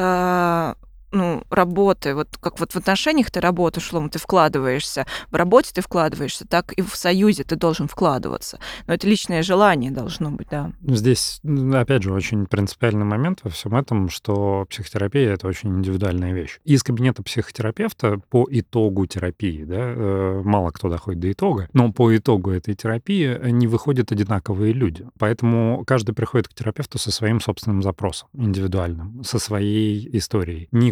ну, работы. Вот как вот в отношениях ты работаешь, условно, ты вкладываешься. В работе ты вкладываешься, так и в союзе ты должен вкладываться. Но это личное желание должно быть, да. Здесь, опять же, очень принципиальный момент во всем этом, что психотерапия — это очень индивидуальная вещь. Из кабинета психотерапевта по итогу терапии, да, мало кто доходит до итога, но по итогу этой терапии не выходят одинаковые люди. Поэтому каждый приходит к терапевту со своим собственным запросом, индивидуальным, со своей историей. Никто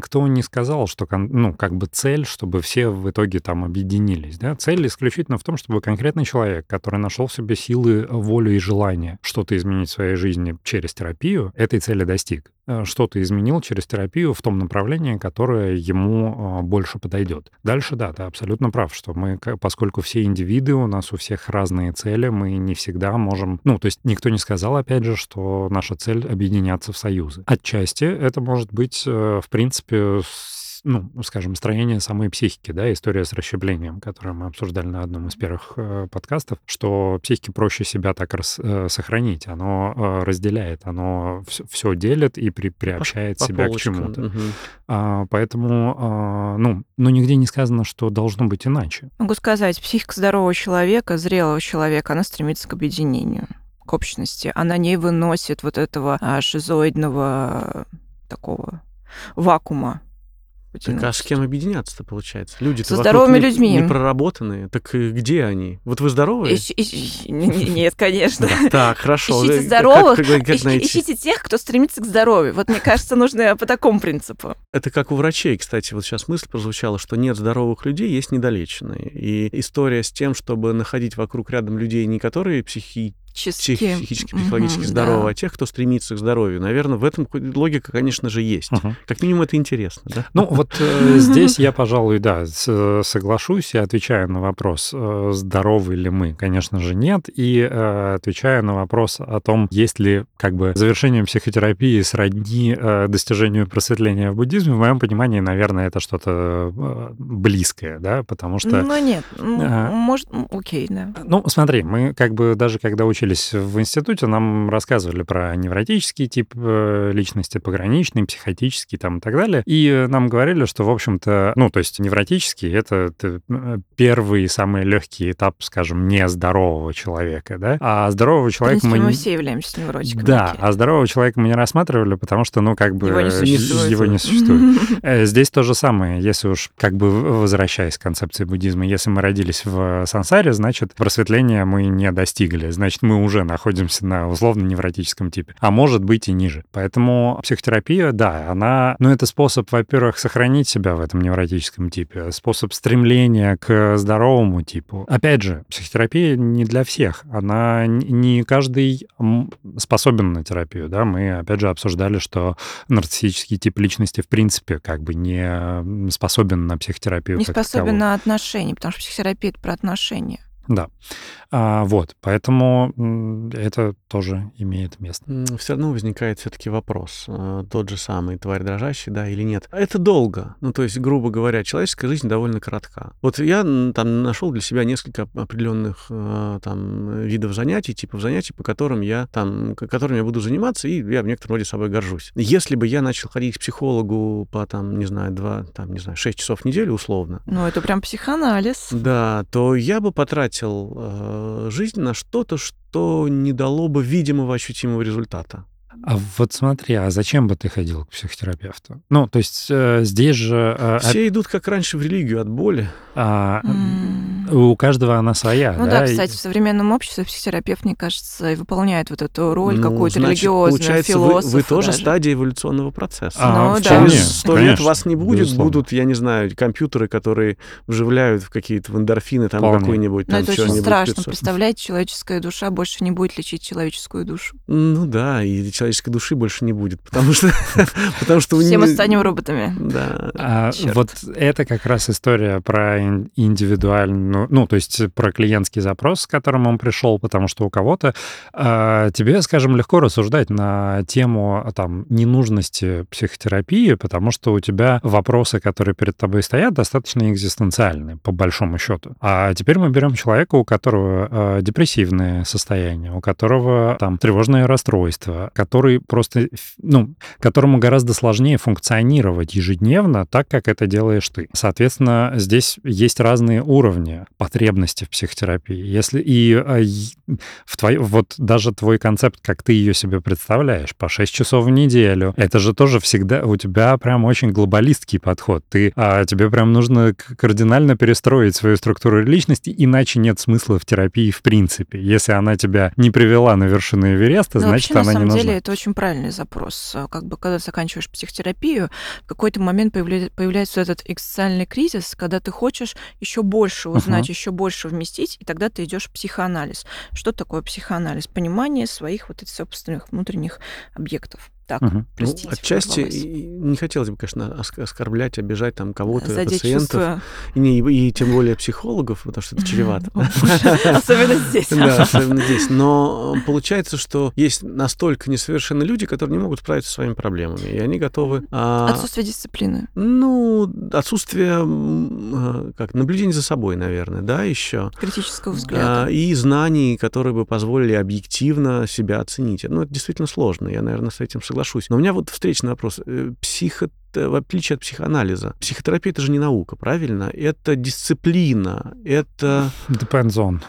никто не сказал, что, ну, как бы цель, чтобы все в итоге там объединились, да. Цель исключительно в том, чтобы конкретный человек, который нашел в себе силы, волю и желание что-то изменить в своей жизни через терапию, этой цели достиг. Что-то изменил через терапию в том направлении, которое ему больше подойдет. Дальше, да, ты абсолютно прав, что мы, поскольку все индивиды, у нас у всех разные цели, мы не всегда можем... Ну, то есть никто не сказал, опять же, что наша цель — объединяться в союзы. Отчасти это может быть, в принципе, ну, скажем, строение самой психики, да, история с расщеплением, которую мы обсуждали на одном из первых э, подкастов, что психике проще себя так рас, э, сохранить, оно э, разделяет, оно все, все делит и при, приобщает по, себя по к чему-то. Угу. А, поэтому, а, ну, ну, нигде не сказано, что должно быть иначе. Могу сказать, психика здорового человека, зрелого человека, она стремится к объединению, к общности. Она не выносит вот этого а, шизоидного такого вакуума. Так а с кем объединяться-то, получается? Люди-то со здоровыми не, людьми. Не проработанные. Так где они? Вот вы здоровые? Ищ, ищ, нет, конечно. Так, хорошо. Ищите здоровых, ищите тех, кто стремится к здоровью. Вот мне кажется, нужно по такому принципу. Это как у врачей, кстати. Вот сейчас мысль прозвучала, что нет здоровых людей, есть недолеченные. И история с тем, чтобы находить вокруг рядом людей, не которые психи... психически, психологически угу, здоровы, да. А тех, кто стремится к здоровью. Наверное, в этом логика, конечно же, есть. Угу. Как минимум, это интересно. Да? Ну, вот э, здесь я, пожалуй, да, с, соглашусь и отвечаю на вопрос, э, здоровы ли мы. Конечно же, нет. И э, отвечаю на вопрос о том, есть ли как бы завершением психотерапии сродни э, достижению просветления в буддизме. В моем понимании, наверное, это что-то э, близкое, да, потому что... Ну, нет. Э, может, окей, да. Ну, смотри, мы как бы даже когда учились в институте, нам рассказывали про невротический тип личности, пограничный, психотический там и так далее. И нам говорили, что, в общем-то, ну, то есть невротический — это, это первый, самый легкий этап, скажем, нездорового человека, да? А здорового человека... В принципе, мы... мы все являемся невротиками. Да, а здорового человека мы не рассматривали, потому что, ну, как бы... Его не существует. Его не существует. Здесь то же самое. Если уж, как бы, возвращаясь к концепции буддизма, если мы родились в сансаре, значит, просветления мы не достигли. Значит, мы уже находимся на условно-невротическом типе, а может быть и ниже. Поэтому психотерапия, да, она, ну, это способ, во-первых, сохранить себя в этом невротическом типе, способ стремления к здоровому типу. Опять же, психотерапия не для всех, она не каждый способен на терапию, да, мы, опять же, обсуждали, что нарциссический тип личности, в принципе, как бы не способен на психотерапию. Не способен на отношения, потому что психотерапия — это про отношения. Да. А, вот, поэтому это тоже имеет место. Все равно возникает все-таки вопрос, тот же самый, тварь дрожащая, да или нет. Это долго. Ну, то есть, грубо говоря, человеческая жизнь довольно коротка. Вот я там нашел для себя несколько определенных там видов занятий, типов занятий, по которым я там, которыми я буду заниматься, и я в некотором роде собой горжусь. Если бы я начал ходить к психологу по там, не знаю, два, там, не знаю, шесть часов в неделю условно. Ну, это прям психоанализ. Да, то я бы потратил жизнь на что-то, что не дало бы видимого, ощутимого результата. А вот смотри, а зачем бы ты ходил к психотерапевту? Ну, то есть э, здесь же... Э, Все от... идут как раньше в религию от боли. А, mm. У каждого она своя, ну, да? да, кстати, в современном обществе психотерапевт, мне кажется, и выполняет вот эту роль ну, какую-то значит, религиозную, философа. Вы, вы тоже даже. стадия эволюционного процесса. А, ну, Через да. сто лет вас не будет, безусловно. Будут, я не знаю, компьютеры, которые вживляют в какие-то в эндорфины, там какой-нибудь... Но там, это очень страшно. пятьсот. Представляете, человеческая душа больше не будет лечить человеческую душу. Ну да, и человеческой души больше не будет, потому что... потому что все мы станем роботами. Да. А, вот это как раз история про индивидуальную, ну, то есть про клиентский запрос, с которым он пришел, потому что у кого-то а, тебе, скажем, легко рассуждать на тему там ненужности психотерапии, потому что у тебя вопросы, которые перед тобой стоят, достаточно экзистенциальны, по большому счету. А теперь мы берем человека, у которого а, депрессивное состояние, у которого там тревожное расстройство, который просто ну, которому гораздо сложнее функционировать ежедневно так, как это делаешь ты. Соответственно, здесь есть разные уровни. потребности в психотерапии. Если и а, и в твой, вот даже твой концепт, как ты ее себе представляешь, по шесть часов в неделю, это же тоже всегда у тебя прям очень глобалистский подход. Ты, а, тебе прям нужно кардинально перестроить свою структуру личности, иначе нет смысла в терапии в принципе. Если она тебя не привела на вершину Эвереста, Но значит, вообще, она на не самом нужна. деле, это очень правильный запрос. Как бы, когда заканчиваешь психотерапию, в какой-то момент появля... появляется этот экзистенциальный кризис, когда ты хочешь еще больше узнать, Угу. еще больше вместить, и тогда ты идешь в психоанализ. Что такое психоанализ? Понимание своих вот этих собственных внутренних объектов. Так, Угу. простите, Ну, отчасти ворвалась. и не хотелось бы, конечно, оск- оскорблять, обижать там кого-то, Задеть пациентов, чувства. и, не- и тем более психологов, потому что это чревато. О, боже, особенно здесь. Да, особенно здесь. Но получается, что есть настолько несовершенные люди, которые не могут справиться со своими проблемами, и они готовы... а, Отсутствие дисциплины. Ну, отсутствие м, э, как, наблюдения за собой, наверное, да, еще. Критического взгляда. А, И знаний, которые бы позволили объективно себя оценить. Ну, это действительно сложно, я, наверное, с этим соглашусь. Но у меня вот встречный вопрос. Э, Психо... В отличие от психоанализа, психотерапия — это же не наука, правильно? Это дисциплина, это... Depends on.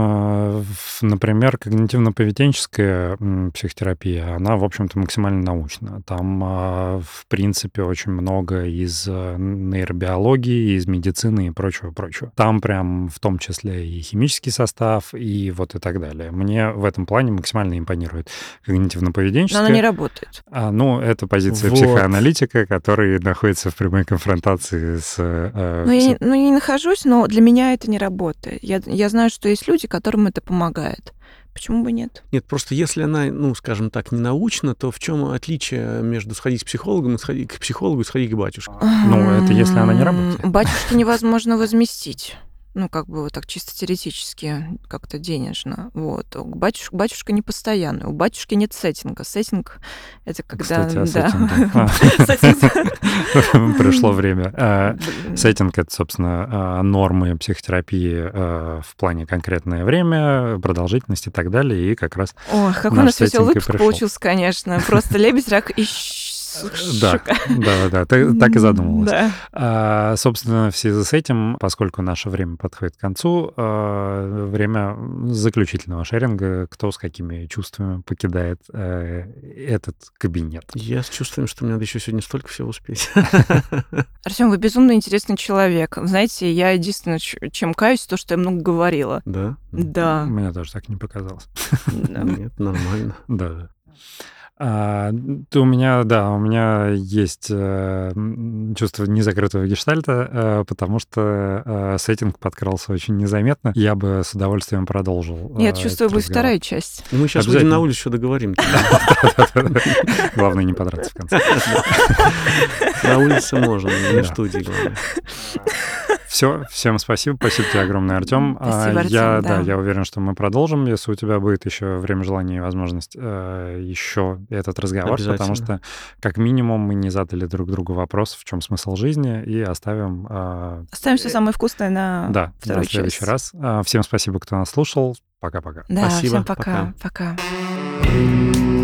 А, в- Например, когнитивно-поведенческая м, психотерапия, она, в общем-то, максимально научна. Там, а, в принципе, очень много из а, нейробиологии, из медицины и прочего-прочего. Там прям в том числе и химический состав, и вот и так далее. Мне в этом плане максимально импонирует Но она не когнитивно-поведенческая. работает. А, ну, это позиция Вот. психоаналитика, который находится в прямой конфронтации с... э, Ну, я, пси- не- ну, я не нахожусь, но для меня это не работает. Я, я знаю, что есть люди, которым это помогает. Почему бы нет? Нет, просто если она, ну, скажем так, не научна, то в чем отличие между сходить к психологу и сходить к психологу и сходить к батюшке? Ну, это если она не М, работает. Батюшки невозможно возместить. Ну, как бы вот так чисто теоретически, как-то денежно. Вот. У батюш- батюшка не постоянный. У батюшки нет сеттинга. Сеттинг — это когда... Кстати, о да. сеттинге. А. Сеттинг. Пришло время. А, Блин. Сеттинг — это, собственно, а, нормы психотерапии а, в плане конкретное время, продолжительность и так далее. И как раз Ой, какой у наш нас веселый сеттинг и выпуск пришел. получился, конечно. Просто лебедь, рак и Да, щука. да, да, так, так и задумывалось. Да. А, собственно, в связи с этим, поскольку наше время подходит к концу, а, время заключительного шеринга, кто с какими чувствами покидает а, этот кабинет. Я с чувством, что мне надо еще сегодня столько всего успеть. Артём, вы безумно интересный человек. Знаете, я единственное, ч- чем каюсь, то, что я много говорила. Да? Да. Мне тоже так не показалось. Да. Нет, нормально. Да, да. А, то у меня, да, у меня есть э, м, чувство незакрытого гештальта, э, потому что э, сеттинг подкрался очень незаметно. Я бы с удовольствием продолжил. Я э, чувствую, этот будет разговор. вторая часть. Мы сейчас Обязательно. выйдем на улицу, еще договорим. Главное не подраться в конце. На улице можно, не в Да. студии, главное. Все, всем спасибо, спасибо тебе огромное, Артем. Спасибо, Артём, Я, да. да, я уверен, что мы продолжим, если у тебя будет еще время, желание и возможность э, еще этот разговор, потому Обязательно. что как минимум мы не задали друг другу вопрос, в чем смысл жизни, и оставим, э, Оставим все самое вкусное на да, вторую на следующий часть. раз. А, всем спасибо, кто нас слушал. Пока-пока. Да, Спасибо, всем пока. Пока. пока.